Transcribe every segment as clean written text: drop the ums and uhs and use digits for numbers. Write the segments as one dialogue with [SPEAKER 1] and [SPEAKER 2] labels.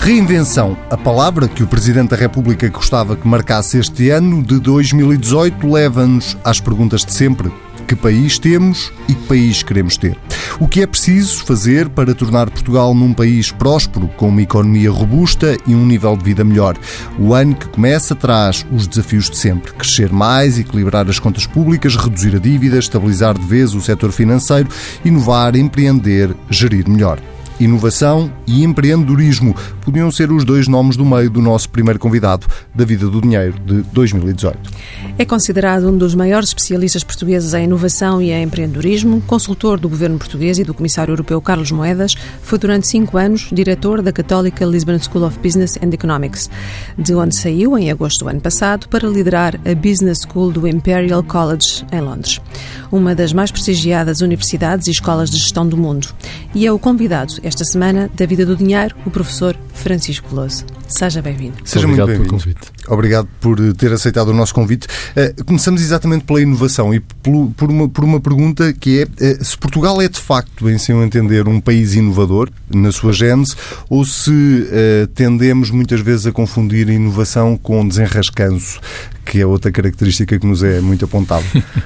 [SPEAKER 1] Reinvenção, a palavra que o Presidente da República gostava que marcasse este ano de 2018, leva-nos às perguntas de sempre. Que país temos e que país queremos ter? O que é preciso fazer para tornar Portugal num país próspero, com uma economia robusta e um nível de vida melhor? O ano que começa traz os desafios de sempre. Crescer mais, equilibrar as contas públicas, reduzir a dívida, estabilizar de vez o setor financeiro, inovar, empreender, gerir melhor. Inovação e empreendedorismo podiam ser os dois nomes do meio do nosso primeiro convidado da Vida do Dinheiro de 2018.
[SPEAKER 2] É considerado um dos maiores especialistas portugueses em inovação e em empreendedorismo, consultor do governo português e do comissário europeu Carlos Moedas, foi durante 5 anos diretor da Católica Lisbon School of Business and Economics, de onde saiu em agosto do ano passado para liderar a Business School do Imperial College em Londres, uma das mais prestigiadas universidades e escolas de gestão do mundo. E é o convidado esta semana da Vida do Dinheiro, o professor Francisco Veloso. Seja bem-vindo.
[SPEAKER 1] Seja muito bem-vindo. Pelo convite. Obrigado por ter aceitado o nosso convite. Começamos exatamente pela inovação e por uma pergunta que é se Portugal é de facto, em seu entender, um país inovador na sua gênese, ou se tendemos muitas vezes a confundir inovação com desenrascanço, que é outra característica que nos é muito apontada.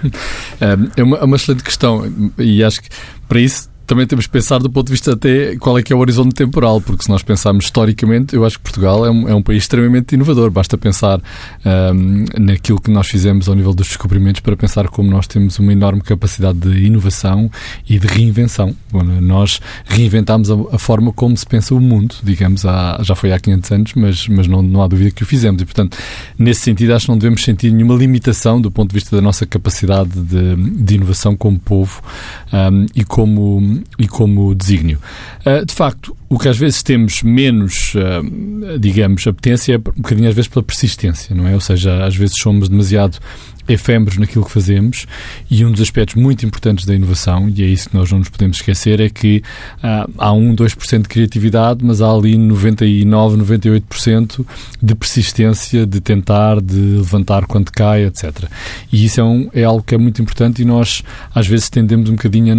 [SPEAKER 3] É uma excelente questão e acho que para isso também temos que pensar do ponto de vista até qual é que é o horizonte temporal, porque se nós pensarmos historicamente, eu acho que Portugal é um país extremamente inovador. Basta pensar naquilo que nós fizemos ao nível dos descobrimentos para pensar como nós temos uma enorme capacidade de inovação e de reinvenção. Bom, nós reinventámos a forma como se pensa o mundo, digamos, já foi há 500 anos, mas não há dúvida que o fizemos. E, portanto, nesse sentido, acho que não devemos sentir nenhuma limitação do ponto de vista da nossa capacidade de inovação como povo e como desígnio. De facto, o que às vezes temos menos, digamos, apetência é um bocadinho às vezes pela persistência, não é? Ou seja, às vezes somos demasiado efêmeros naquilo que fazemos e um dos aspectos muito importantes da inovação, e é isso que nós não nos podemos esquecer, é que há 2% de criatividade, mas há ali 99%, 98% de persistência, de tentar, de levantar quando cai, etc. E isso é algo que é muito importante e nós às vezes tendemos um bocadinho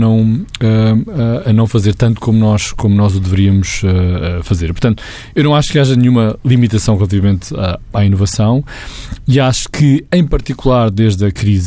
[SPEAKER 3] a não fazer tanto como nós o deveríamos fazer. Portanto, eu não acho que haja nenhuma limitação relativamente à inovação e acho que, em particular, desde a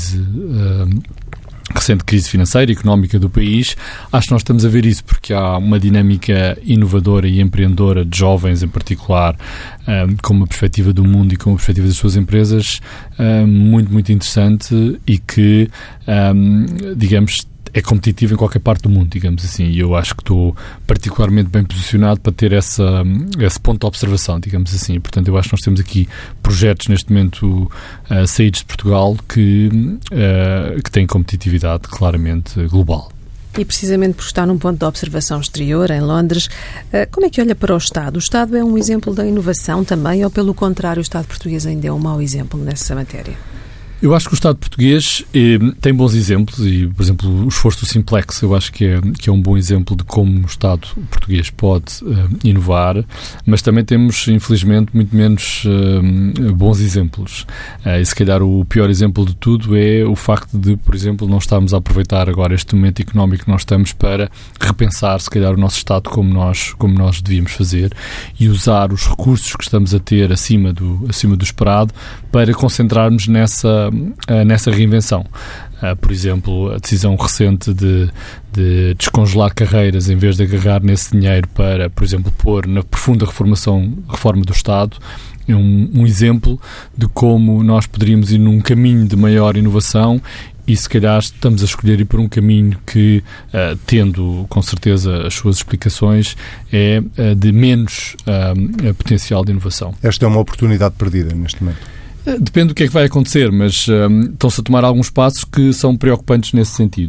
[SPEAKER 3] recente crise financeira e económica do país, acho que nós estamos a ver isso, porque há uma dinâmica inovadora e empreendedora de jovens, em particular, com uma perspectiva do mundo e com uma perspectiva das suas empresas muito, muito interessante e que, digamos, é competitivo em qualquer parte do mundo, digamos assim, e eu acho que estou particularmente bem posicionado para ter esse ponto de observação, digamos assim. Portanto, eu acho que nós temos aqui projetos neste momento saídos de Portugal que têm competitividade claramente global.
[SPEAKER 2] E precisamente por estar num ponto de observação exterior, em Londres, como é que olha para o Estado? O Estado é um exemplo da inovação também, ou pelo contrário, o Estado português ainda é um mau exemplo nessa matéria?
[SPEAKER 3] Eu acho que o Estado português tem bons exemplos e, por exemplo, o esforço do Simplex eu acho que é um bom exemplo de como o Estado português pode inovar, mas também temos, infelizmente, muito menos bons exemplos. E se calhar o pior exemplo de tudo é o facto de, por exemplo, não estarmos a aproveitar agora este momento económico que nós estamos para repensar, se calhar, o nosso Estado como nós devíamos fazer e usar os recursos que estamos a ter acima do esperado para concentrarmos nessa reinvenção. Por exemplo, a decisão recente de descongelar carreiras em vez de agarrar nesse dinheiro para, por exemplo, pôr na profunda reforma do Estado é um exemplo de como nós poderíamos ir num caminho de maior inovação e se calhar estamos a escolher ir por um caminho que, tendo com certeza as suas explicações, é de menos potencial de inovação.
[SPEAKER 1] Esta é uma oportunidade perdida neste momento.
[SPEAKER 3] Depende do que é que vai acontecer, mas estão-se a tomar alguns passos que são preocupantes nesse sentido.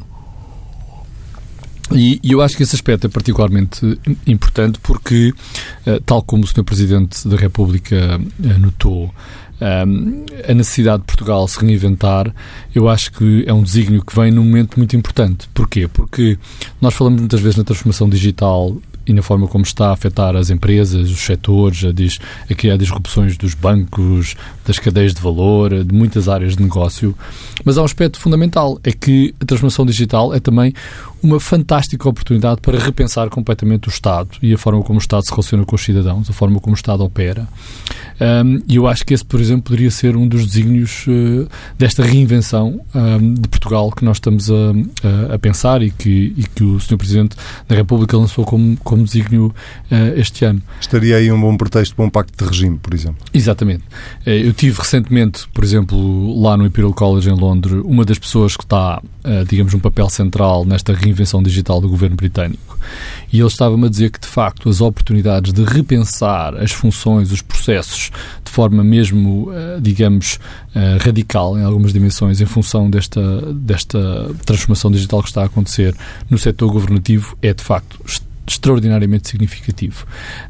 [SPEAKER 3] E eu acho que esse aspecto é particularmente importante porque, tal como o Sr. Presidente da República notou, a necessidade de Portugal se reinventar, eu acho que é um desígnio que vem num momento muito importante. Porquê? Porque nós falamos muitas vezes na transformação digital e na forma como está a afetar as empresas, os setores, a criar disrupções dos bancos, das cadeias de valor, de muitas áreas de negócio. Mas há um aspecto fundamental, é que a transformação digital é também uma fantástica oportunidade para repensar completamente o Estado e a forma como o Estado se relaciona com os cidadãos, a forma como o Estado opera. E eu acho que esse, por exemplo, poderia ser um dos desígnios desta reinvenção de Portugal que nós estamos a pensar e que o Sr. Presidente da República lançou como desígnio este ano.
[SPEAKER 1] Estaria aí um bom pretexto para um pacto de regime, por exemplo.
[SPEAKER 3] Exatamente. Eu tive recentemente, por exemplo, lá no Imperial College em Londres, uma das pessoas que está, digamos, um papel central nesta reinvenção digital do governo britânico. E ele estava-me a dizer que, de facto, as oportunidades de repensar as funções, os processos, de forma mesmo, digamos, radical em algumas dimensões, em função desta transformação digital que está a acontecer no setor governativo, é, de facto, extraordinariamente significativo.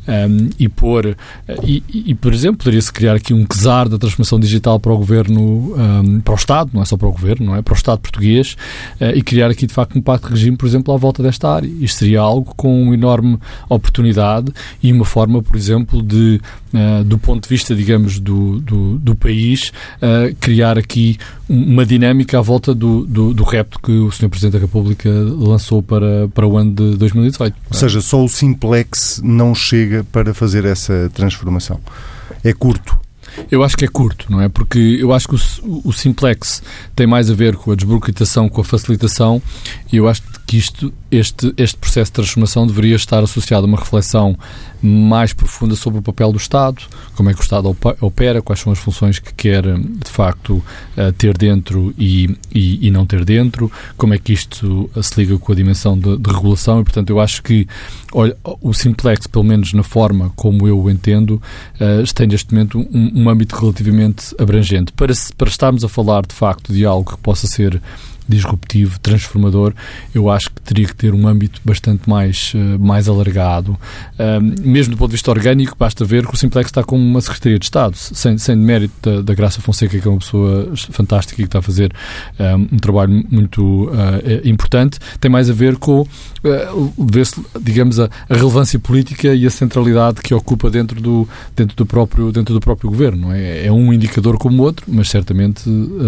[SPEAKER 3] Por exemplo, poderia-se criar aqui um czar da transformação digital para o governo, para o Estado, não é só para o governo, não é? Para o Estado português, e criar aqui, de facto, um pacto de regime, por exemplo, à volta desta área. Isto seria algo com uma enorme oportunidade e uma forma, por exemplo, de, do ponto de vista, digamos, do país, criar aqui uma dinâmica à volta do repto que o Sr. Presidente da República lançou para o ano de 2018.
[SPEAKER 1] Ou seja, só o Simplex não chega para fazer essa transformação. É curto.
[SPEAKER 3] Eu acho que é curto, não é? Porque eu acho que o Simplex tem mais a ver com a desburocratização, com a facilitação, e eu acho que este processo de transformação deveria estar associado a uma reflexão mais profunda sobre o papel do Estado, como é que o Estado opera, quais são as funções que quer, de facto, ter dentro e não ter dentro, como é que isto se liga com a dimensão de regulação, e, portanto, eu acho que o Simplex, pelo menos na forma como eu o entendo, tem neste momento um âmbito relativamente abrangente. Para estarmos a falar, de facto, de algo que possa ser disruptivo, transformador, eu acho que teria que ter um âmbito bastante mais alargado. Mesmo do ponto de vista orgânico, basta ver que o Simplex está com uma Secretaria de Estado, sem mérito da Graça Fonseca, que é uma pessoa fantástica e que está a fazer um trabalho muito importante. Tem mais a ver com ver-se, digamos, a relevância política e a centralidade que ocupa dentro do próprio governo. Não é? É um indicador como outro, mas certamente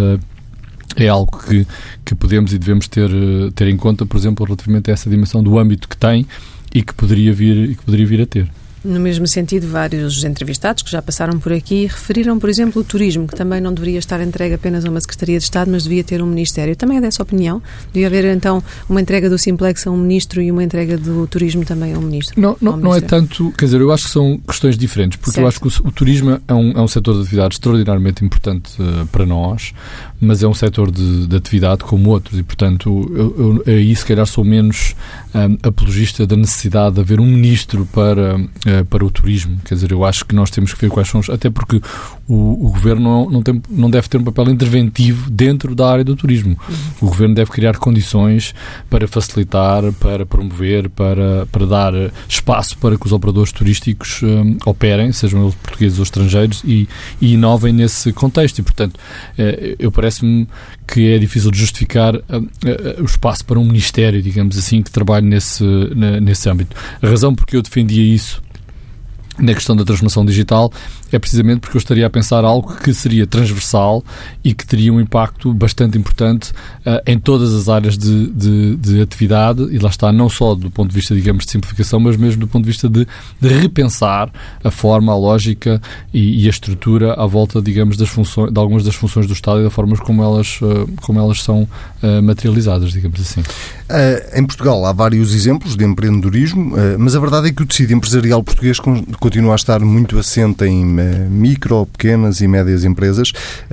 [SPEAKER 3] é algo que podemos e devemos ter em conta, por exemplo, relativamente a essa dimensão do âmbito que tem e que poderia vir a ter.
[SPEAKER 2] No mesmo sentido, vários entrevistados que já passaram por aqui referiram, por exemplo, o turismo, que também não deveria estar entregue apenas a uma Secretaria de Estado, mas devia ter um Ministério. Também é dessa opinião? Devia haver, então, uma entrega do Simplex a um Ministro e uma entrega do turismo também a um Ministro?
[SPEAKER 3] Não é tanto... Quer dizer, eu acho que são questões diferentes, porque certo. Eu acho que o turismo é um setor de atividade extraordinariamente importante para nós, mas é um setor de atividade como outros e, portanto, eu aí se calhar sou menos apologista da necessidade de haver um Ministro para o turismo. Quer dizer, eu acho que nós temos que ver quais são até porque o Governo não deve ter um papel interventivo dentro da área do turismo. O Governo deve criar condições para facilitar, para promover, para dar espaço para que os operadores turísticos operem, sejam eles portugueses ou estrangeiros, e inovem nesse contexto. E, portanto, parece-me que é difícil de justificar o espaço para um Ministério, digamos assim, que trabalhe nesse âmbito. A razão porque eu defendia isso na questão da transformação digital é precisamente porque eu estaria a pensar algo que seria transversal e que teria um impacto bastante importante em todas as áreas de atividade, e lá está, não só do ponto de vista, digamos, de simplificação, mas mesmo do ponto de vista de repensar a forma, a lógica e a estrutura à volta, digamos, de algumas das funções do Estado e da forma como elas são materializadas, digamos assim.
[SPEAKER 1] Em Portugal há vários exemplos de empreendedorismo, mas a verdade é que o tecido empresarial português continua a estar muito assente em micro, pequenas e médias empresas.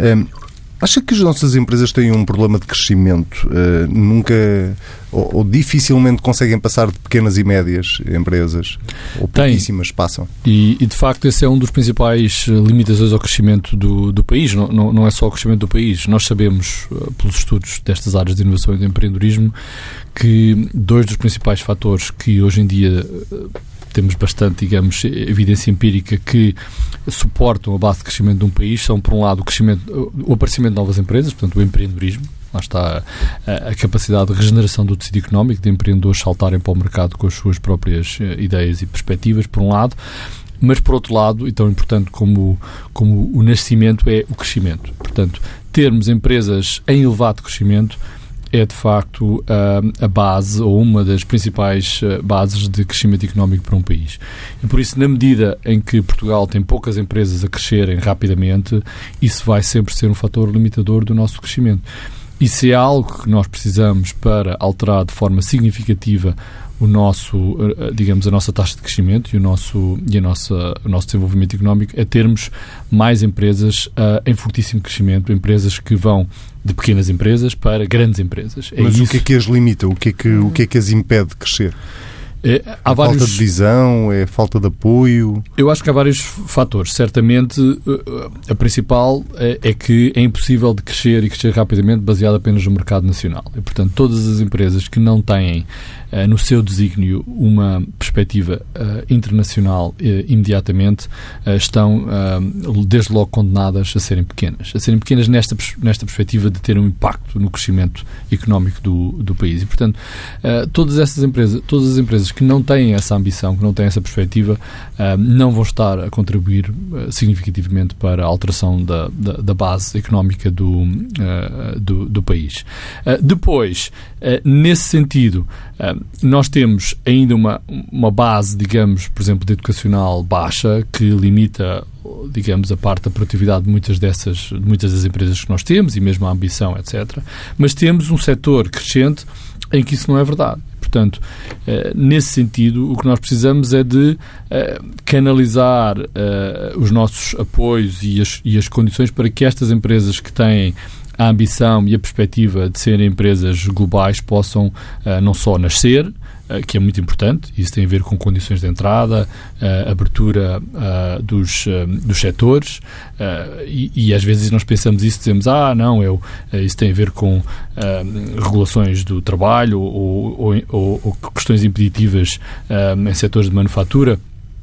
[SPEAKER 1] Acha que as nossas empresas têm um problema de crescimento? Nunca ou dificilmente conseguem passar de pequenas e médias empresas? Ou pouquíssimas passam?
[SPEAKER 3] E de facto esse é um dos principais limitações ao crescimento do país. Não é só o crescimento do país. Nós sabemos, pelos estudos destas áreas de inovação e de empreendedorismo, que dois dos principais fatores que hoje em dia temos bastante, digamos, evidência empírica que suportam a base de crescimento de um país são, por um lado, o aparecimento de novas empresas, portanto, o empreendedorismo, Lá está a capacidade de regeneração do tecido económico, de empreendedores saltarem para o mercado com as suas próprias ideias e perspectivas, por um lado. Mas, por outro lado, e tão importante como o nascimento, é o crescimento. Portanto, termos empresas em elevado crescimento é, de facto, a base ou uma das principais bases de crescimento económico para um país. E, por isso, na medida em que Portugal tem poucas empresas a crescerem rapidamente, isso vai sempre ser um fator limitador do nosso crescimento. E se é algo que nós precisamos para alterar de forma significativa o nosso, digamos, a nossa taxa de crescimento e o nosso desenvolvimento económico, é termos mais empresas em fortíssimo crescimento, empresas que vão de pequenas empresas para grandes empresas.
[SPEAKER 1] Mas isso. O que é que as limita? O que é que as impede de crescer?
[SPEAKER 3] Há
[SPEAKER 1] falta de visão? É falta de apoio?
[SPEAKER 3] Eu acho que há vários fatores. Certamente, a principal é que é impossível de crescer e crescer rapidamente baseado apenas no mercado nacional. E, portanto, todas as empresas que não têm no seu desígnio uma perspectiva internacional imediatamente estão desde logo condenadas a serem pequenas. A serem pequenas nesta perspectiva de ter um impacto no crescimento económico do país. E, portanto, todas as empresas que não têm essa ambição, que não têm essa perspectiva, não vão estar a contribuir significativamente para a alteração da base económica do país. Depois, nesse sentido, nós temos ainda uma base, digamos, por exemplo, de educacional baixa, que limita, digamos, a parte da produtividade de muitas das empresas que nós temos e mesmo a ambição, etc. Mas temos um setor crescente em que isso não é verdade. Portanto, nesse sentido, o que nós precisamos é de canalizar os nossos apoios e as condições para que estas empresas que têm a ambição e a perspectiva de serem empresas globais possam não só nascer, que é muito importante, isso tem a ver com condições de entrada, abertura dos setores, e às vezes nós pensamos isso, dizemos, isso tem a ver com regulações do trabalho ou questões impeditivas em setores de manufatura.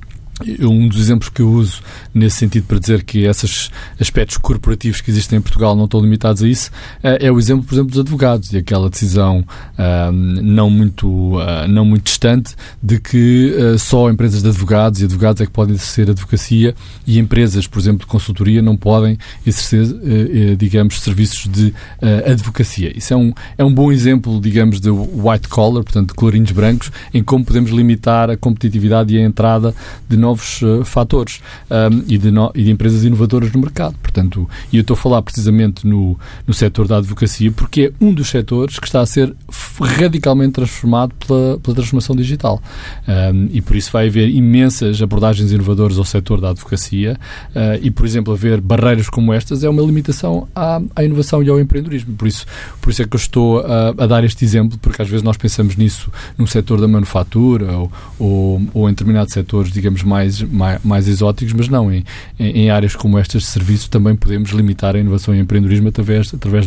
[SPEAKER 3] Um dos exemplos que eu uso nesse sentido para dizer que esses aspectos corporativos que existem em Portugal não estão limitados a isso é o exemplo, por exemplo, dos advogados e aquela decisão não muito distante de que só empresas de advogados e advogados é que podem exercer advocacia e empresas, por exemplo, de consultoria não podem exercer, digamos, serviços de advocacia. Isso é um bom exemplo, digamos, de white collar, portanto, de colarinhos brancos, em como podemos limitar a competitividade e a entrada de novos fatores e de empresas inovadoras no mercado. Portanto, e eu estou a falar precisamente no setor da advocacia porque é um dos setores que está a ser radicalmente transformado pela transformação digital. E por isso vai haver imensas abordagens inovadoras ao setor da advocacia e, por exemplo, haver barreiras como estas é uma limitação à inovação e ao empreendedorismo. Por isso é que eu estou a dar este exemplo, porque às vezes nós pensamos nisso no setor da manufatura ou em determinados setores, digamos, mais exóticos, mas não, em áreas como estas de serviços também podemos limitar a inovação e o empreendedorismo através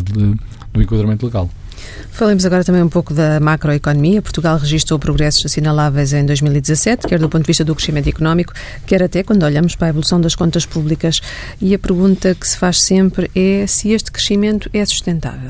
[SPEAKER 3] do enquadramento legal.
[SPEAKER 2] Falemos agora também um pouco da macroeconomia. Portugal registrou progressos assinaláveis em 2017, quer do ponto de vista do crescimento económico, quer até quando olhamos para a evolução das contas públicas. E a pergunta que se faz sempre é se este crescimento é sustentável.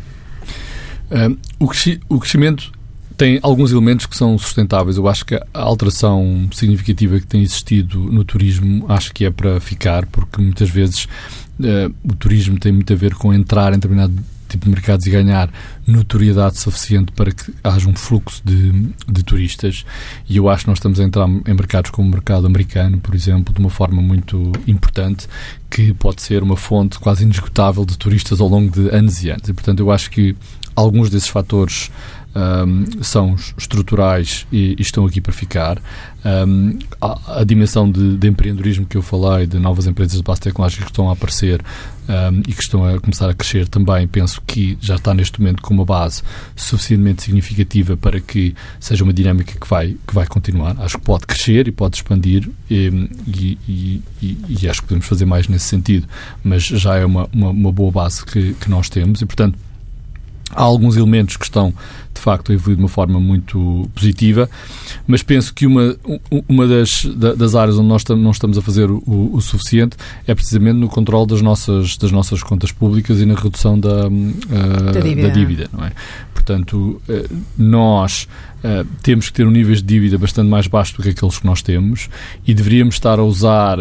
[SPEAKER 3] O crescimento tem alguns elementos que são sustentáveis. Eu acho que a alteração significativa que tem existido no turismo acho que é para ficar, porque muitas vezes o turismo tem muito a ver com entrar em determinado tipo de mercados e ganhar notoriedade suficiente para que haja um fluxo de turistas. E eu acho que nós estamos a entrar em mercados como o mercado americano, por exemplo, de uma forma muito importante, que pode ser uma fonte quase inesgotável de turistas ao longo de anos e anos. E, portanto, eu acho que alguns desses fatores são estruturais e estão aqui para ficar. A dimensão de empreendedorismo que eu falei, de novas empresas de base tecnológica que estão a aparecer e que estão a começar a crescer também, penso que já está neste momento com uma base suficientemente significativa para que seja uma dinâmica que vai continuar. Acho que pode crescer e pode expandir e acho que podemos fazer mais nesse sentido, mas já é uma boa base que nós temos e, portanto, Há alguns elementos que estão, de facto, a evoluir de uma forma muito positiva, mas penso que uma das áreas onde nós não estamos a fazer o suficiente é precisamente no controle das nossas contas públicas e na redução da dívida, não é? Portanto, nós temos que ter um nível de dívida bastante mais baixo do que aqueles que nós temos e deveríamos estar a usar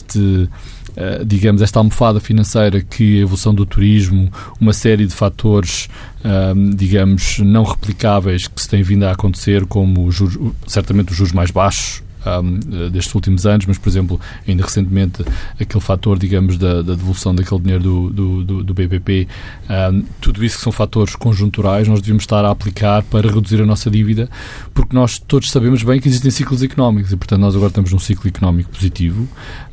[SPEAKER 3] esta almofada financeira que a evolução do turismo, uma série de fatores, não replicáveis que se têm vindo a acontecer, como certamente os juros mais baixos destes últimos anos, mas, por exemplo, ainda recentemente aquele fator, da devolução daquele dinheiro do BPP, tudo isso que são fatores conjunturais, nós devíamos estar a aplicar para reduzir a nossa dívida, porque nós todos sabemos bem que existem ciclos económicos e, portanto, nós agora estamos num ciclo económico positivo,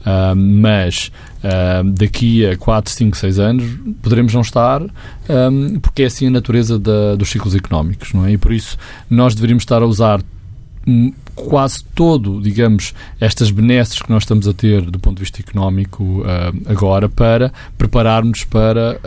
[SPEAKER 3] mas daqui a 4, 5, 6 anos poderemos não estar, porque é assim a natureza dos ciclos económicos, não é? E por isso nós deveríamos estar a usar quase todo, estas benesses que nós estamos a ter do ponto de vista económico agora para preparar-nos para,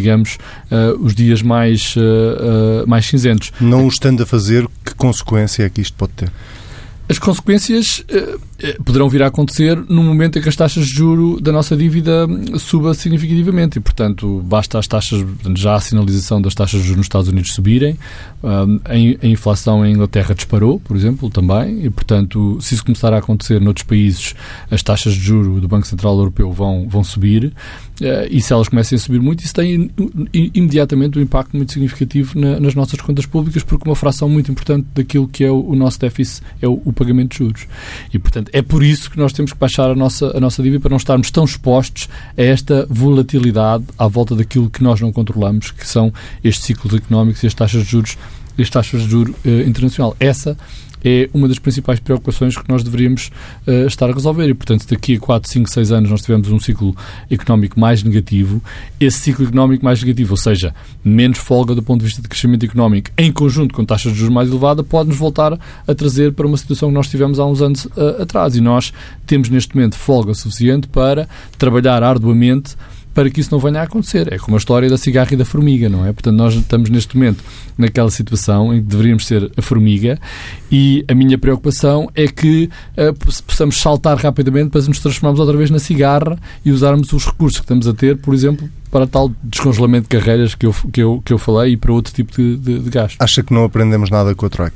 [SPEAKER 3] os dias mais cinzentos.
[SPEAKER 1] Não o estando a fazer, que consequência é que isto pode ter?
[SPEAKER 3] As consequências poderão vir a acontecer no momento em que as taxas de juro da nossa dívida suba significativamente e, portanto, basta as taxas, já a sinalização das taxas de juros nos Estados Unidos subirem, a inflação em Inglaterra disparou, por exemplo, também, e, portanto, se isso começar a acontecer noutros países, as taxas de juro do Banco Central Europeu vão subir, e se elas comecem a subir muito, isso tem imediatamente um impacto muito significativo nas nossas contas públicas, porque uma fração muito importante daquilo que é o nosso déficit é o pagamento de juros. E, portanto, é por isso que nós temos que baixar a nossa dívida, para não estarmos tão expostos a esta volatilidade à volta daquilo que nós não controlamos, que são estes ciclos económicos e as taxas de juros internacional. Essa é uma das principais preocupações que nós deveríamos estar a resolver e, portanto, se daqui a 4, 5, 6 anos nós tivermos um ciclo económico mais negativo, esse ciclo económico mais negativo, ou seja, menos folga do ponto de vista de crescimento económico, em conjunto com taxas de juros mais elevadas, pode-nos voltar a trazer para uma situação que nós tivemos há uns anos atrás, e nós temos neste momento folga suficiente para trabalhar arduamente para que isso não venha a acontecer. É como a história da cigarra e da formiga, não é? Portanto, nós estamos neste momento naquela situação em que deveríamos ser a formiga e a minha preocupação é que possamos saltar rapidamente para nos transformarmos outra vez na cigarra e usarmos os recursos que estamos a ter, por exemplo, para tal descongelamento de carreiras que eu falei e para outro tipo de gasto.
[SPEAKER 1] Acha que não aprendemos nada com a Troika?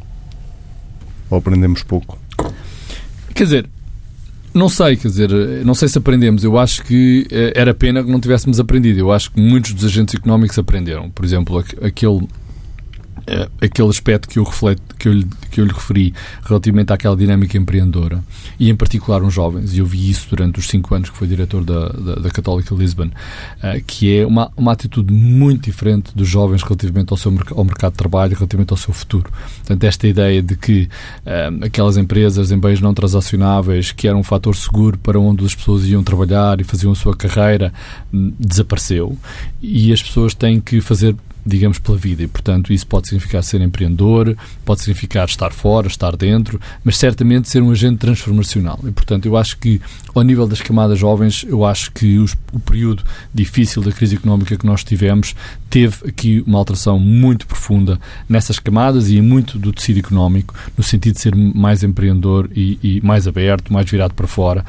[SPEAKER 1] Ou aprendemos pouco?
[SPEAKER 3] Quer dizer, não sei se aprendemos. Eu acho que era pena que não tivéssemos aprendido. Eu acho que muitos dos agentes económicos aprenderam. Por exemplo, aquele aspecto que eu lhe referi relativamente àquela dinâmica empreendedora e, em particular, uns jovens, e eu vi isso durante os 5 anos que foi diretor da Católica Lisbon, que é uma atitude muito diferente dos jovens relativamente ao mercado de trabalho, relativamente ao seu futuro. Portanto, esta ideia de que aquelas empresas em bens não transacionáveis, que eram um fator seguro para onde as pessoas iam trabalhar e faziam a sua carreira, desapareceu, e as pessoas têm que fazer, digamos, pela vida, e, portanto, isso pode significar ser empreendedor, pode significar estar fora, estar dentro, mas certamente ser um agente transformacional. E, portanto, eu acho que, ao nível das camadas jovens, eu acho que o período difícil da crise económica que nós tivemos teve aqui uma alteração muito profunda nessas camadas e em muito do tecido económico, no sentido de ser mais empreendedor e mais aberto, mais virado para fora.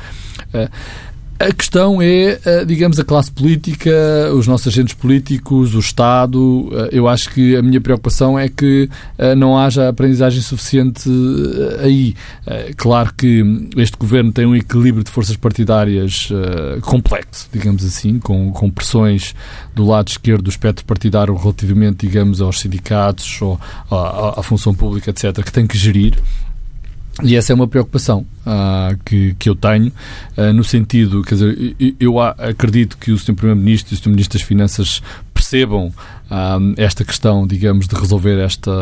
[SPEAKER 3] A questão é, digamos, a classe política, os nossos agentes políticos, o Estado. Eu acho que a minha preocupação é que não haja aprendizagem suficiente aí. Claro que este governo tem um equilíbrio de forças partidárias complexo, digamos assim, com pressões do lado esquerdo do espectro partidário relativamente, digamos, aos sindicatos ou à função pública, etc., que tem que gerir. E essa é uma preocupação que eu tenho, no sentido, quer dizer, eu acredito que o Sr. Primeiro-Ministro e o Sr. Ministro das Finanças percebam esta questão, digamos, de resolver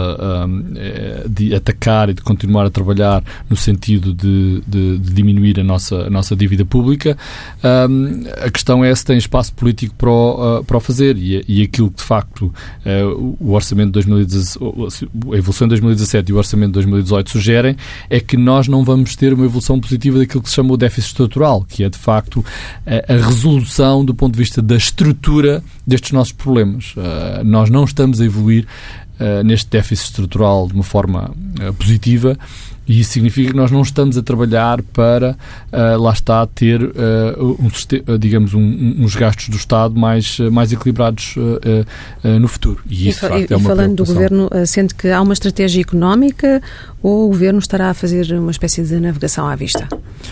[SPEAKER 3] de atacar e de continuar a trabalhar no sentido de diminuir a nossa dívida pública. A questão é se tem espaço político para o fazer, e aquilo que, de facto, o orçamento de 2017, a evolução de 2017 e o orçamento de 2018 sugerem, é que nós não vamos ter uma evolução positiva daquilo que se chama o déficit estrutural, que é, de facto, a resolução do ponto de vista da estrutura destes nossos problemas. problemas. Nós não estamos a evoluir neste déficit estrutural de uma forma positiva, e isso significa que nós não estamos a trabalhar para, lá está, ter digamos, uns gastos do Estado mais equilibrados no futuro. E isso, de facto, é uma
[SPEAKER 2] falando do
[SPEAKER 3] preocupação.
[SPEAKER 2] Governo, sente que há uma estratégia económica ou o Governo estará a fazer uma espécie de navegação à vista?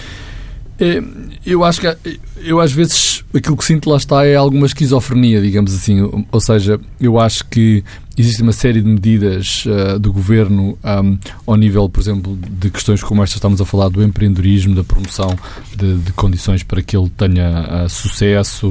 [SPEAKER 3] Eu acho que eu às vezes aquilo que sinto, lá está, é alguma esquizofrenia, digamos assim. Ou seja, eu acho que existe uma série de medidas do Governo ao nível, por exemplo, de questões como esta, estamos a falar do empreendedorismo, da promoção de condições para que ele tenha sucesso,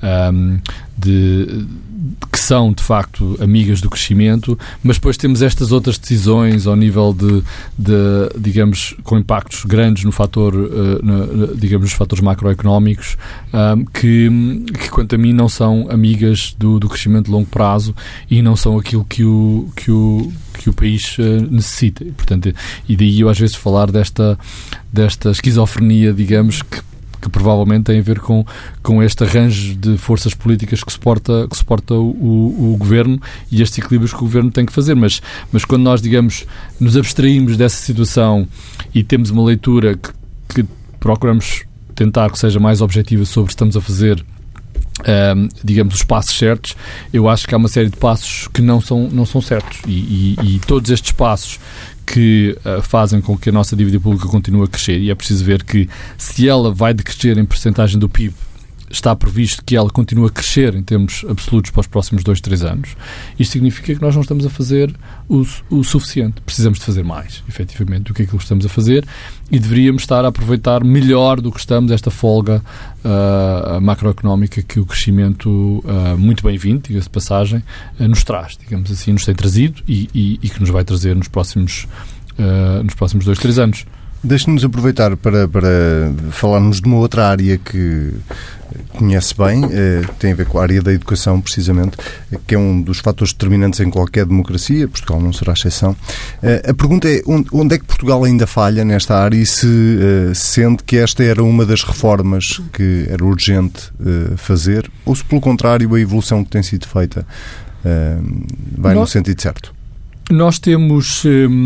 [SPEAKER 3] que são, de facto, amigas do crescimento, mas depois temos estas outras decisões ao nível de digamos, com impactos grandes no fator, digamos, nos fatores macroeconómicos, que, quanto a mim, não são amigas do crescimento de longo prazo e não são aquilo que o país necessita. E, portanto, e daí eu às vezes falar desta esquizofrenia, digamos, que provavelmente tem a ver com este arranjo de forças políticas que suporta o Governo e estes equilíbrios que o Governo tem que fazer. Mas quando nós, digamos, nos abstraímos dessa situação e temos uma leitura que procuramos tentar que seja mais objetiva sobre se estamos a fazer, digamos, os passos certos, eu acho que há uma série de passos que não são certos. E todos estes passos que fazem com que a nossa dívida pública continue a crescer, e é preciso ver que se ela vai decrescer em percentagem do PIB, está previsto que ela continue a crescer em termos absolutos para os próximos 2-3 anos. Isto significa que nós não estamos a fazer o suficiente. Precisamos de fazer mais, efetivamente, do que aquilo que estamos a fazer, e deveríamos estar a aproveitar melhor do que estamos esta folga macroeconómica que o crescimento, muito bem-vindo, diga-se de passagem, nos traz, digamos assim, nos tem trazido e que nos vai trazer nos próximos 2-3 anos.
[SPEAKER 1] Deixe-nos aproveitar para falarmos de uma outra área que conhece bem, tem a ver com a área da educação, precisamente, que é um dos fatores determinantes em qualquer democracia. Portugal não será exceção. A pergunta é, onde é que Portugal ainda falha nesta área e se sente que esta era uma das reformas que era urgente fazer, ou se, pelo contrário, a evolução que tem sido feita vai no sentido certo? Nós
[SPEAKER 3] temos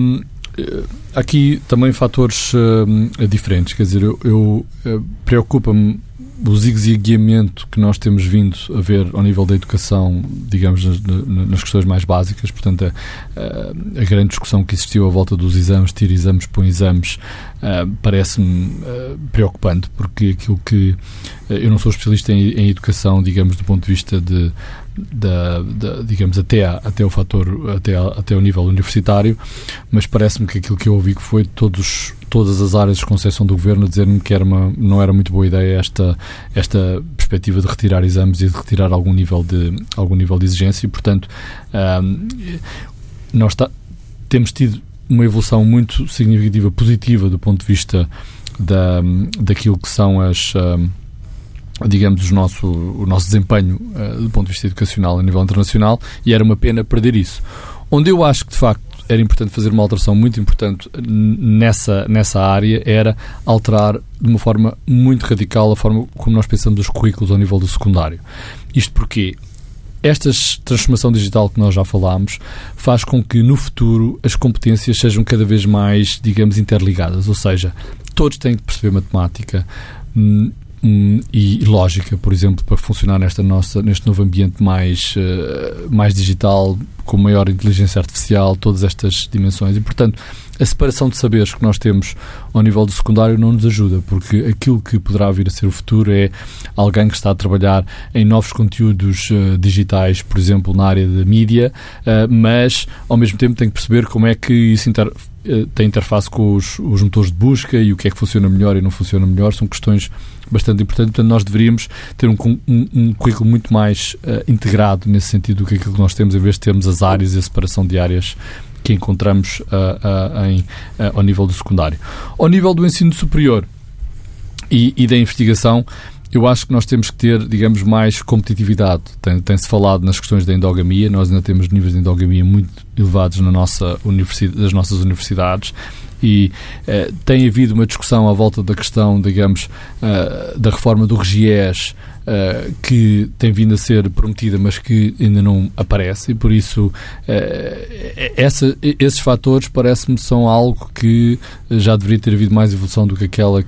[SPEAKER 3] aqui também fatores diferentes. Quer dizer, eu preocupa-me o zigue-zagueamento que nós temos vindo a ver ao nível da educação, digamos, nas questões mais básicas. Portanto, a grande discussão que existiu à volta dos exames, tira exames, põe exames, parece-me preocupante, porque aquilo que... Eu não sou especialista em educação, digamos, do ponto de vista digamos, até o fator, até o nível universitário, mas parece-me que aquilo que eu ouvi que foi todas as áreas de concepção do Governo a dizer-me que não era muito boa ideia esta perspectiva de retirar exames e de retirar algum nível de exigência, e, portanto, nós temos tido uma evolução muito significativa, positiva, do ponto de vista daquilo que são digamos, o nosso desempenho do ponto de vista educacional a nível internacional, e era uma pena perder isso. Onde eu acho que, de facto, era importante fazer uma alteração muito importante nessa área era alterar de uma forma muito radical a forma como nós pensamos os currículos ao nível do secundário. Isto porque esta transformação digital que nós já falámos faz com que, no futuro, as competências sejam cada vez mais, digamos, interligadas, ou seja, todos têm que perceber matemática e lógica, por exemplo, para funcionar neste novo ambiente mais digital, com maior inteligência artificial, todas estas dimensões. E, portanto, a separação de saberes que nós temos ao nível do secundário não nos ajuda, porque aquilo que poderá vir a ser o futuro é alguém que está a trabalhar em novos conteúdos digitais, por exemplo, na área da mídia, mas, ao mesmo tempo, tem que perceber como é que isso tem interface com os motores de busca e o que é que funciona melhor e não funciona melhor. São questões bastante importantes. Portanto, nós deveríamos ter um currículo muito mais integrado nesse sentido do que aquilo que nós temos, em vez de termos as áreas e a separação de áreas que encontramos ao nível do secundário. Ao nível do ensino superior e da investigação, eu acho que nós temos que ter, digamos, mais competitividade. Tem-se falado nas questões da endogamia. Nós ainda temos níveis de endogamia muito elevados das nossas universidades. E tem havido uma discussão à volta da questão, digamos, da reforma do RGES, que tem vindo a ser prometida, mas que ainda não aparece, e por isso esses fatores parece-me são algo que já deveria ter havido mais evolução do que aquela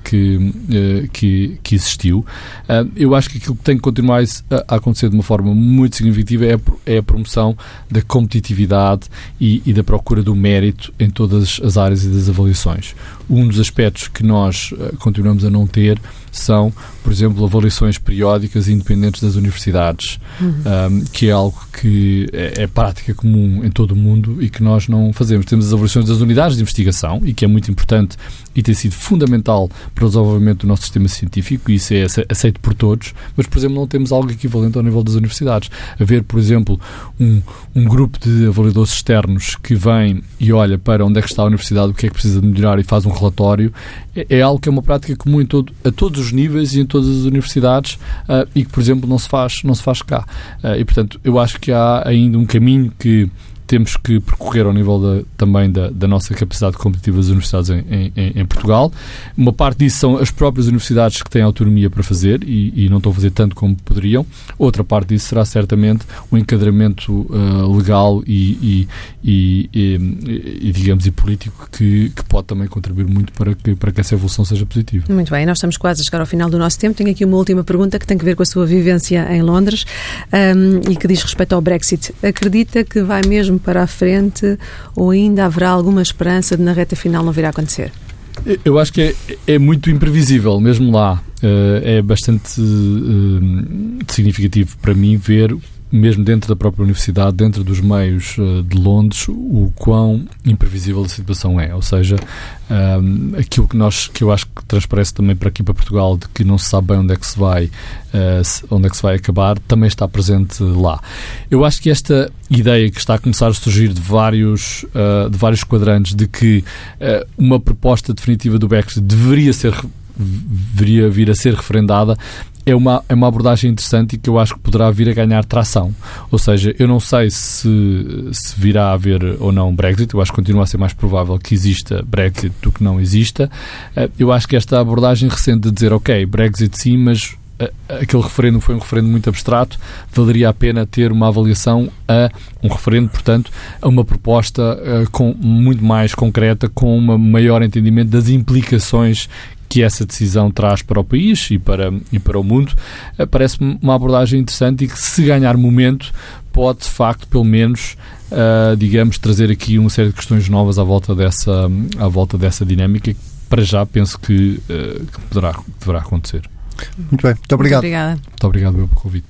[SPEAKER 3] que existiu. Eu acho que aquilo que tem que continuar a acontecer de uma forma muito significativa é a promoção da competitividade e da procura do mérito em todas as áreas e das avaliações. Um dos aspectos que nós continuamos a não ter são, por exemplo, avaliações periódicas independentes das universidades, que é algo que é prática comum em todo o mundo e que nós não fazemos. Temos as avaliações das unidades de investigação, e que é muito importante e tem sido fundamental para o desenvolvimento do nosso sistema científico, e isso é aceito por todos, mas, por exemplo, não temos algo equivalente ao nível das universidades. Haver, por exemplo, um grupo de avaliadores externos que vem e olha para onde é que está a universidade, o que é que precisa de melhorar e faz um relatório, é algo que é uma prática comum a todos os níveis e em todas as universidades, e que, por exemplo, não se faz cá. E, portanto, eu acho que há ainda um caminho que temos que percorrer ao nível também da nossa capacidade competitiva das universidades em Portugal. Uma parte disso são as próprias universidades que têm autonomia para fazer e não estão a fazer tanto como poderiam. Outra parte disso será certamente o enquadramento legal e digamos, e político que pode também contribuir muito para que essa evolução seja positiva.
[SPEAKER 2] Muito bem, nós estamos quase a chegar ao final do nosso tempo. Tenho aqui uma última pergunta que tem a ver com a sua vivência em Londres, e que diz respeito ao Brexit. Acredita que vai mesmo para a frente, ou ainda haverá alguma esperança de na reta final não vir a acontecer?
[SPEAKER 3] Eu acho que é muito imprevisível, mesmo lá. É bastante significativo para mim ver, mesmo dentro da própria universidade, dentro dos meios de Londres, o quão imprevisível a situação é. Ou seja, aquilo que eu acho que transparece também para aqui, para Portugal, de que não se sabe bem onde é que se vai acabar, também está presente lá. Eu acho que esta ideia que está a começar a surgir de vários quadrantes, de que uma proposta definitiva do Brexit deveria vir a ser referendada, é uma abordagem interessante e que eu acho que poderá vir a ganhar tração. Ou seja, eu não sei se virá a haver ou não Brexit. Eu acho que continua a ser mais provável que exista Brexit do que não exista. Eu acho que esta abordagem recente de dizer, ok, Brexit sim, mas aquele referendo foi um referendo muito abstrato, valeria a pena ter uma avaliação a um referendo, portanto, a uma proposta muito mais concreta, com um maior entendimento das implicações que essa decisão traz para o país e para o mundo. Parece-me uma abordagem interessante e que, se ganhar momento, pode, de facto, pelo menos, digamos, trazer aqui uma série de questões novas à volta dessa dinâmica, que, para já, penso que deverá acontecer.
[SPEAKER 1] Muito bem. Muito obrigado.
[SPEAKER 3] Muito obrigado pelo convite.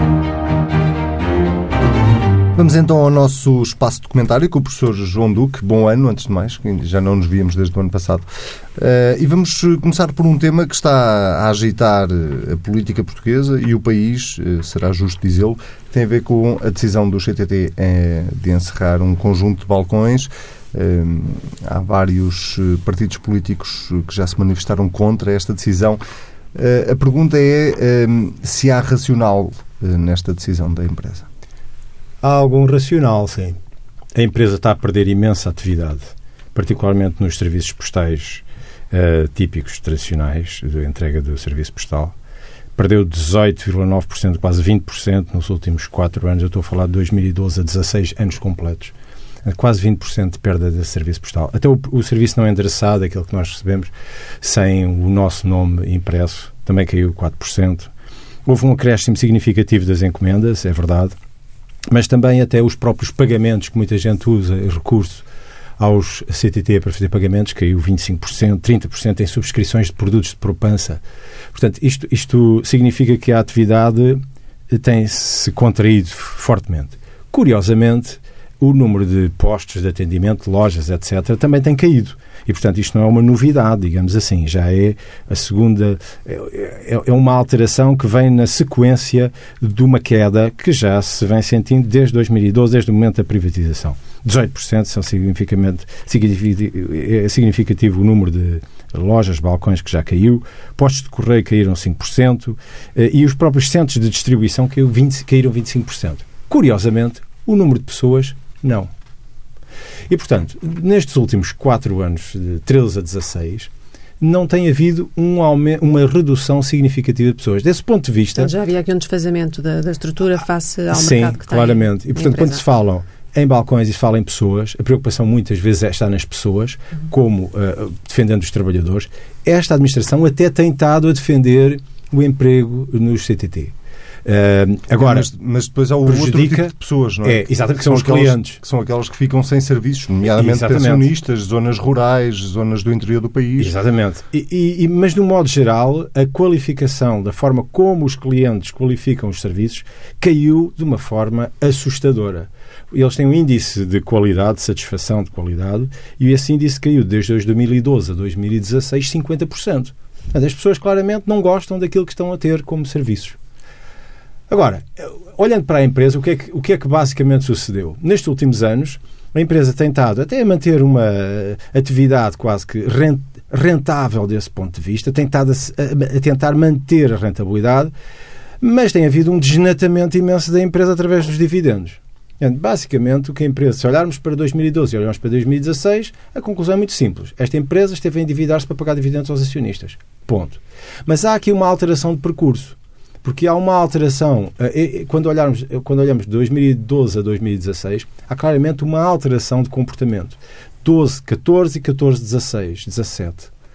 [SPEAKER 1] Vamos então ao nosso espaço de comentário com o professor João Duque. Bom ano, antes de mais, que já não nos víamos desde o ano passado. E vamos começar por um tema que está a agitar a política portuguesa e o país, será justo dizê-lo, tem a ver com a decisão do CTT de encerrar um conjunto de balcões. Há vários partidos políticos que já se manifestaram contra esta decisão. A pergunta é se há racional nesta decisão da empresa.
[SPEAKER 4] Há algum racional, sim. A empresa está a perder imensa atividade, particularmente nos serviços postais típicos, tradicionais, de entrega do serviço postal. Perdeu 18,9%, quase 20% nos últimos 4 anos. Eu estou a falar de 2012 a 16 anos completos. Quase 20% de perda desse serviço postal. Até o serviço não endereçado, aquele que nós recebemos, sem o nosso nome impresso, também caiu 4%. Houve um acréscimo significativo das encomendas, é verdade, mas também até os próprios pagamentos, que muita gente usa recurso aos CTT para fazer pagamentos, caiu 25%, 30% em subscrições de produtos de poupança. Portanto, isto significa que a atividade tem-se contraído fortemente. Curiosamente, o número de postos de atendimento, lojas, etc., também tem caído. E, portanto, isto não é uma novidade, digamos assim. Já é a segunda... É uma alteração que vem na sequência de uma queda que já se vem sentindo desde 2012, desde o momento da privatização. 18% são significativo o número de lojas, balcões que já caiu. Postos de correio caíram 5%. E os próprios centros de distribuição caíram 25%. Curiosamente, o número de pessoas, não. E, portanto, nestes últimos 4 anos, de 13 a 16, não tem havido uma redução significativa de pessoas. Desse ponto de vista...
[SPEAKER 2] Então, já havia aqui um desfazamento da estrutura face ao mercado que
[SPEAKER 4] tem. Sim, claramente. E, portanto, quando se falam em balcões e se fala em pessoas, a preocupação muitas vezes está nas pessoas, como defendendo os trabalhadores. Esta administração até tem estado a defender o emprego nos CTT. Agora,
[SPEAKER 1] mas depois há o outro tipo de pessoas, não é?
[SPEAKER 4] Exatamente, que são os clientes.
[SPEAKER 1] Que são aquelas que ficam sem serviços, nomeadamente pensionistas, zonas rurais, zonas do interior do país.
[SPEAKER 4] Exatamente. Mas, de um modo geral, a qualificação, da forma como os clientes qualificam os serviços, caiu de uma forma assustadora. Eles têm um índice de qualidade, de satisfação de qualidade, e esse índice caiu desde 2012 a 2016 50%. As pessoas claramente não gostam daquilo que estão a ter como serviços. Agora, olhando para a empresa, o que é que basicamente sucedeu? Nestes últimos anos, a empresa tem estado até a manter uma atividade quase que rentável desse ponto de vista, tem estado a tentar manter a rentabilidade, mas tem havido um desnatamento imenso da empresa através dos dividendos. Basicamente, o que a empresa, se olharmos para 2012 e olharmos para 2016, a conclusão é muito simples. Esta empresa esteve a endividar-se para pagar dividendos aos acionistas. Ponto. Mas há aqui uma alteração de percurso. Porque há uma alteração, quando olhamos de 2012 a 2016, há claramente uma alteração de comportamento. 12, 14 e 14, 16, 17.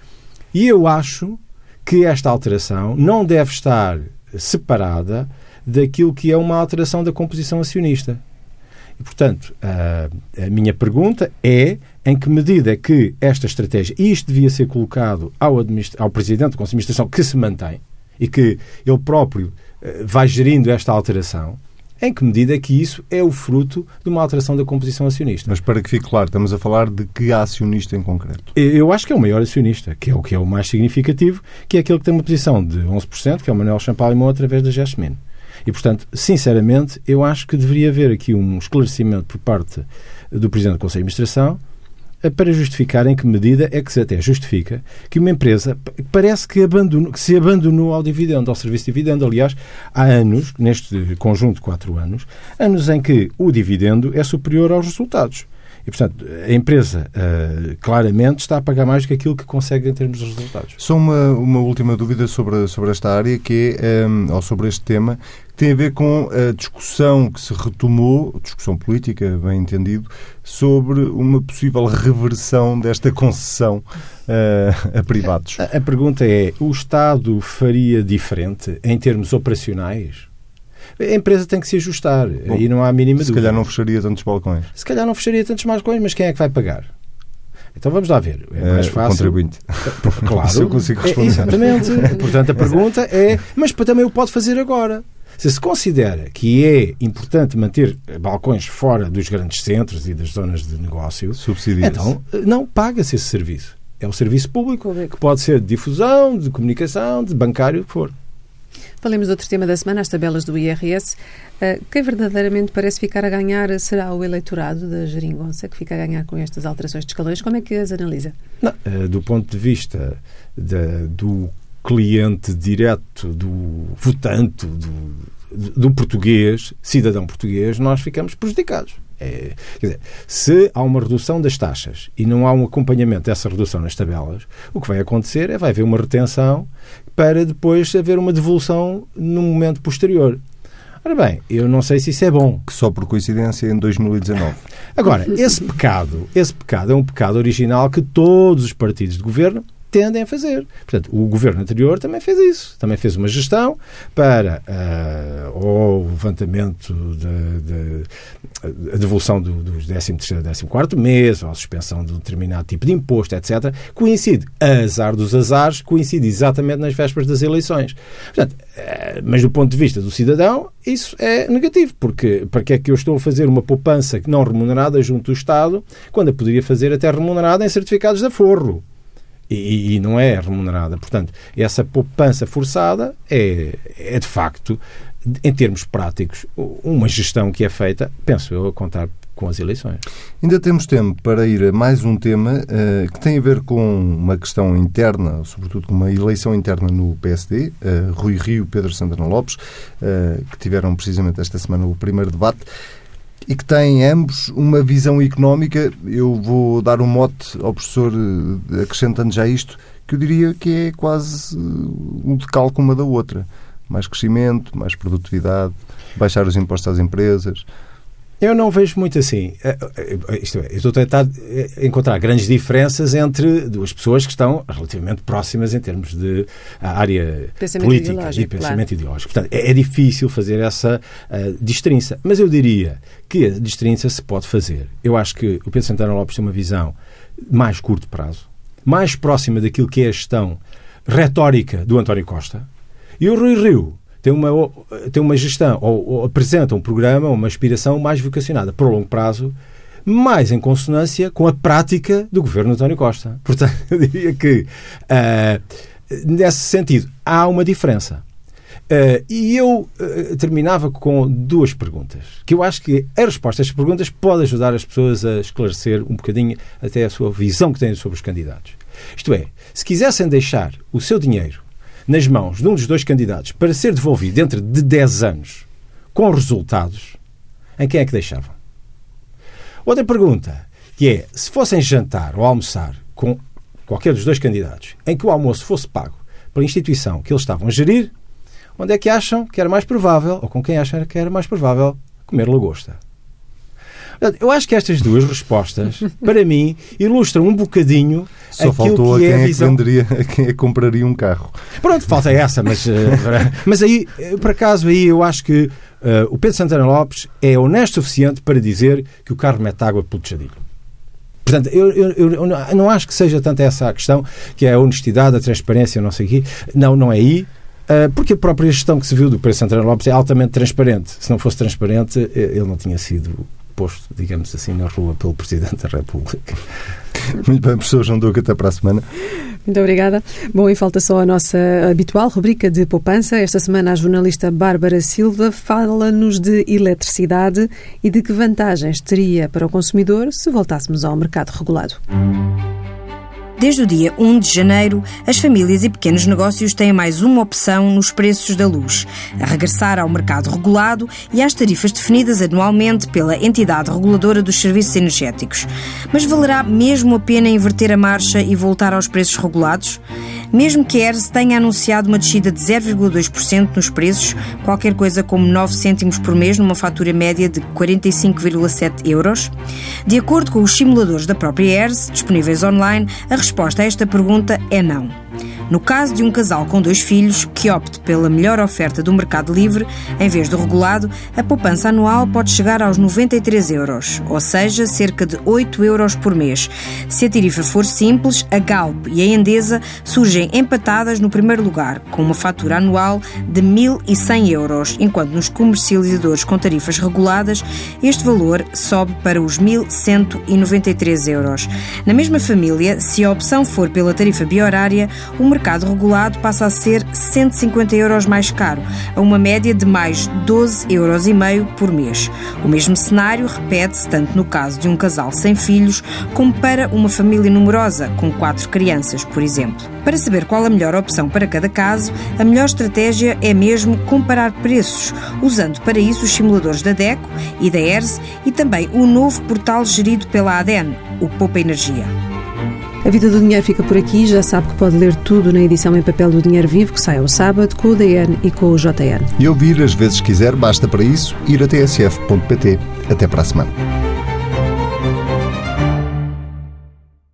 [SPEAKER 4] E eu acho que esta alteração não deve estar separada daquilo que é uma alteração da composição acionista. E, portanto, a minha pergunta é em que medida é que esta estratégia, e isto devia ser colocado ao Presidente do Conselho de Administração, que se mantém, e que ele próprio vai gerindo esta alteração, em que medida é que isso é o fruto de uma alteração da composição acionista.
[SPEAKER 1] Mas para que fique claro, estamos a falar de que acionista em concreto?
[SPEAKER 4] Eu acho que é o maior acionista, que é o mais significativo, que é aquele que tem uma posição de 11%, que é o Manuel Champalimau, através da Gesmin. E, portanto, sinceramente, eu acho que deveria haver aqui um esclarecimento por parte do Presidente do Conselho de Administração para justificar em que medida é que se até justifica que uma empresa parece que se abandonou ao dividendo, ao serviço de dividendo. Aliás, há anos, neste conjunto de 4 anos, anos em que o dividendo é superior aos resultados. E, portanto, a empresa claramente está a pagar mais do que aquilo que consegue em termos de resultados.
[SPEAKER 1] Só uma última dúvida sobre esta área, que é, ou sobre este tema, que tem a ver com a discussão que se retomou, discussão política, bem entendido, sobre uma possível reversão desta concessão a privados.
[SPEAKER 4] A pergunta é, o Estado faria diferente em termos operacionais? A empresa tem que se ajustar.
[SPEAKER 1] Bom,
[SPEAKER 4] e não há a mínima dúvida.
[SPEAKER 1] Se calhar não fecharia tantos balcões.
[SPEAKER 4] Se calhar não fecharia tantos balcões, mas quem é que vai pagar? Então vamos lá ver. É mais fácil.
[SPEAKER 1] O contribuinte.
[SPEAKER 4] Claro.
[SPEAKER 1] Se eu consigo responder.
[SPEAKER 4] Exatamente. Portanto, a pergunta é, mas também o pode fazer agora. Se considera que é importante manter balcões fora dos grandes centros e das zonas de negócio, então não paga-se esse serviço. É o serviço público, que pode ser de difusão, de comunicação, de bancário, o que for.
[SPEAKER 2] Falemos de outro tema da semana, as tabelas do IRS. Quem verdadeiramente parece ficar a ganhar será o eleitorado da Geringonça, que fica a ganhar com estas alterações de escalões. Como é que as analisa?
[SPEAKER 4] Não, do ponto de vista do cliente direto, do votante, do português, cidadão português, nós ficamos prejudicados. Quer dizer, se há uma redução das taxas e não há um acompanhamento dessa redução nas tabelas, o que vai acontecer é vai haver uma retenção para depois haver uma devolução no momento posterior. Ora bem, eu não sei se isso é bom.
[SPEAKER 1] Que só por coincidência em 2019.
[SPEAKER 4] Agora, esse pecado é um pecado original que todos os partidos de governo tendem a fazer. Portanto, o governo anterior também fez isso. Também fez uma gestão para o levantamento a devolução dos 13º e 14º mês, ou a suspensão de um determinado tipo de imposto, etc. Coincide, azar dos azares, coincide exatamente nas vésperas das eleições. Portanto, mas do ponto de vista do cidadão, isso é negativo, porque para que é que eu estou a fazer uma poupança não remunerada junto do Estado, quando eu poderia fazer até remunerada em certificados de aforro? E não é remunerada. Portanto, essa poupança forçada é de facto, em termos práticos, uma gestão que é feita, penso eu, a contar com as eleições.
[SPEAKER 1] Ainda temos tempo para ir a mais um tema que tem a ver com uma questão interna, sobretudo com uma eleição interna no PSD, Rui Rio e Pedro Santana Lopes, que tiveram precisamente esta semana o primeiro debate. e que têm ambos uma visão económica. Eu vou dar um mote ao professor, acrescentando já isto, que eu diria que é quase um decalque uma da outra. Mais crescimento, mais produtividade, baixar os impostos às empresas.
[SPEAKER 4] Eu não vejo muito assim. Isto é, eu estou a tentar encontrar grandes diferenças entre duas pessoas que estão relativamente próximas em termos de área política e pensamento ideológico. Portanto, é difícil fazer essa destrinça. Mas eu diria que a destrinça se pode fazer. Eu acho que o Pedro Santana Lopes tem uma visão mais curto prazo, mais próxima daquilo que é a gestão retórica do António Costa, e o Rui Rio tem uma gestão, ou apresenta um programa, uma aspiração mais vocacionada para o longo prazo, mais em consonância com a prática do governo de António Costa. Portanto, eu diria que, nesse sentido, há uma diferença. E eu terminava com duas perguntas, que eu acho que a resposta a estas perguntas pode ajudar as pessoas a esclarecer um bocadinho até a sua visão que têm sobre os candidatos. Isto é, se quisessem deixar o seu dinheiro nas mãos de um dos dois candidatos para ser devolvido dentro de 10 anos com resultados, em quem é que deixavam? Outra pergunta, que é, se fossem jantar ou almoçar com qualquer dos dois candidatos, em que o almoço fosse pago pela instituição que eles estavam a gerir, onde é que acham que era mais provável, ou com quem acham que era mais provável, comer lagosta? Eu acho que estas duas respostas, para mim, ilustram um bocadinho
[SPEAKER 1] só
[SPEAKER 4] aquilo
[SPEAKER 1] faltou
[SPEAKER 4] que
[SPEAKER 1] a quem
[SPEAKER 4] é a visão...
[SPEAKER 1] a quem é que compraria um carro.
[SPEAKER 4] Pronto, falta essa, mas aí, por acaso, aí eu acho que o Pedro Santana Lopes é honesto o suficiente para dizer que o carro mete água pelo tejadilho. Portanto, eu não acho que seja tanto essa a questão, que é a honestidade, a transparência, não sei o quê. Não é aí. Porque a própria gestão que se viu do Pedro Santana Lopes é altamente transparente. Se não fosse transparente, ele não tinha sido posto, digamos assim, na rua pelo Presidente da República.
[SPEAKER 1] Muito bem, professor João Duque, até para a semana.
[SPEAKER 2] Muito obrigada. Bom, e falta só a nossa habitual rubrica de poupança. Esta semana a jornalista Bárbara Silva fala-nos de eletricidade e de que vantagens teria para o consumidor se voltássemos ao mercado regulado.
[SPEAKER 5] Desde o dia 1 de janeiro, as famílias e pequenos negócios têm mais uma opção nos preços da luz: a regressar ao mercado regulado e às tarifas definidas anualmente pela entidade reguladora dos serviços energéticos. Mas valerá mesmo a pena inverter a marcha e voltar aos preços regulados? Mesmo que a ERSE tenha anunciado uma descida de 0,2% nos preços, qualquer coisa como 9 cêntimos por mês numa fatura média de 45,7 euros? De acordo com os simuladores da própria ERSE, disponíveis online, a resposta a esta pergunta é não. No caso de um casal com 2 filhos que opte pela melhor oferta do mercado livre, em vez do regulado, a poupança anual pode chegar aos 93 euros, ou seja, cerca de 8 euros por mês. Se a tarifa for simples, a Galp e a Endesa surgem empatadas no primeiro lugar, com uma fatura anual de 1.100 euros, enquanto nos comercializadores com tarifas reguladas, este valor sobe para os 1.193 euros. Na mesma família, se a opção for pela tarifa bi-horária, o mercado regulado passa a ser 150 euros mais caro, a uma média de mais 12,5 euros por mês. O mesmo cenário repete-se tanto no caso de um casal sem filhos, como para uma família numerosa, com 4 crianças, por exemplo. Para saber qual a melhor opção para cada caso, a melhor estratégia é mesmo comparar preços, usando para isso os simuladores da DECO e da ERSE e também o novo portal gerido pela ADN, o Poupa Energia.
[SPEAKER 2] A Vida do Dinheiro fica por aqui. Já sabe que pode ler tudo na edição em papel do Dinheiro Vivo, que sai ao sábado, com o DN e com o JN.
[SPEAKER 1] E ouvir as vezes quiser, basta para isso ir a tsf.pt. Até para a semana.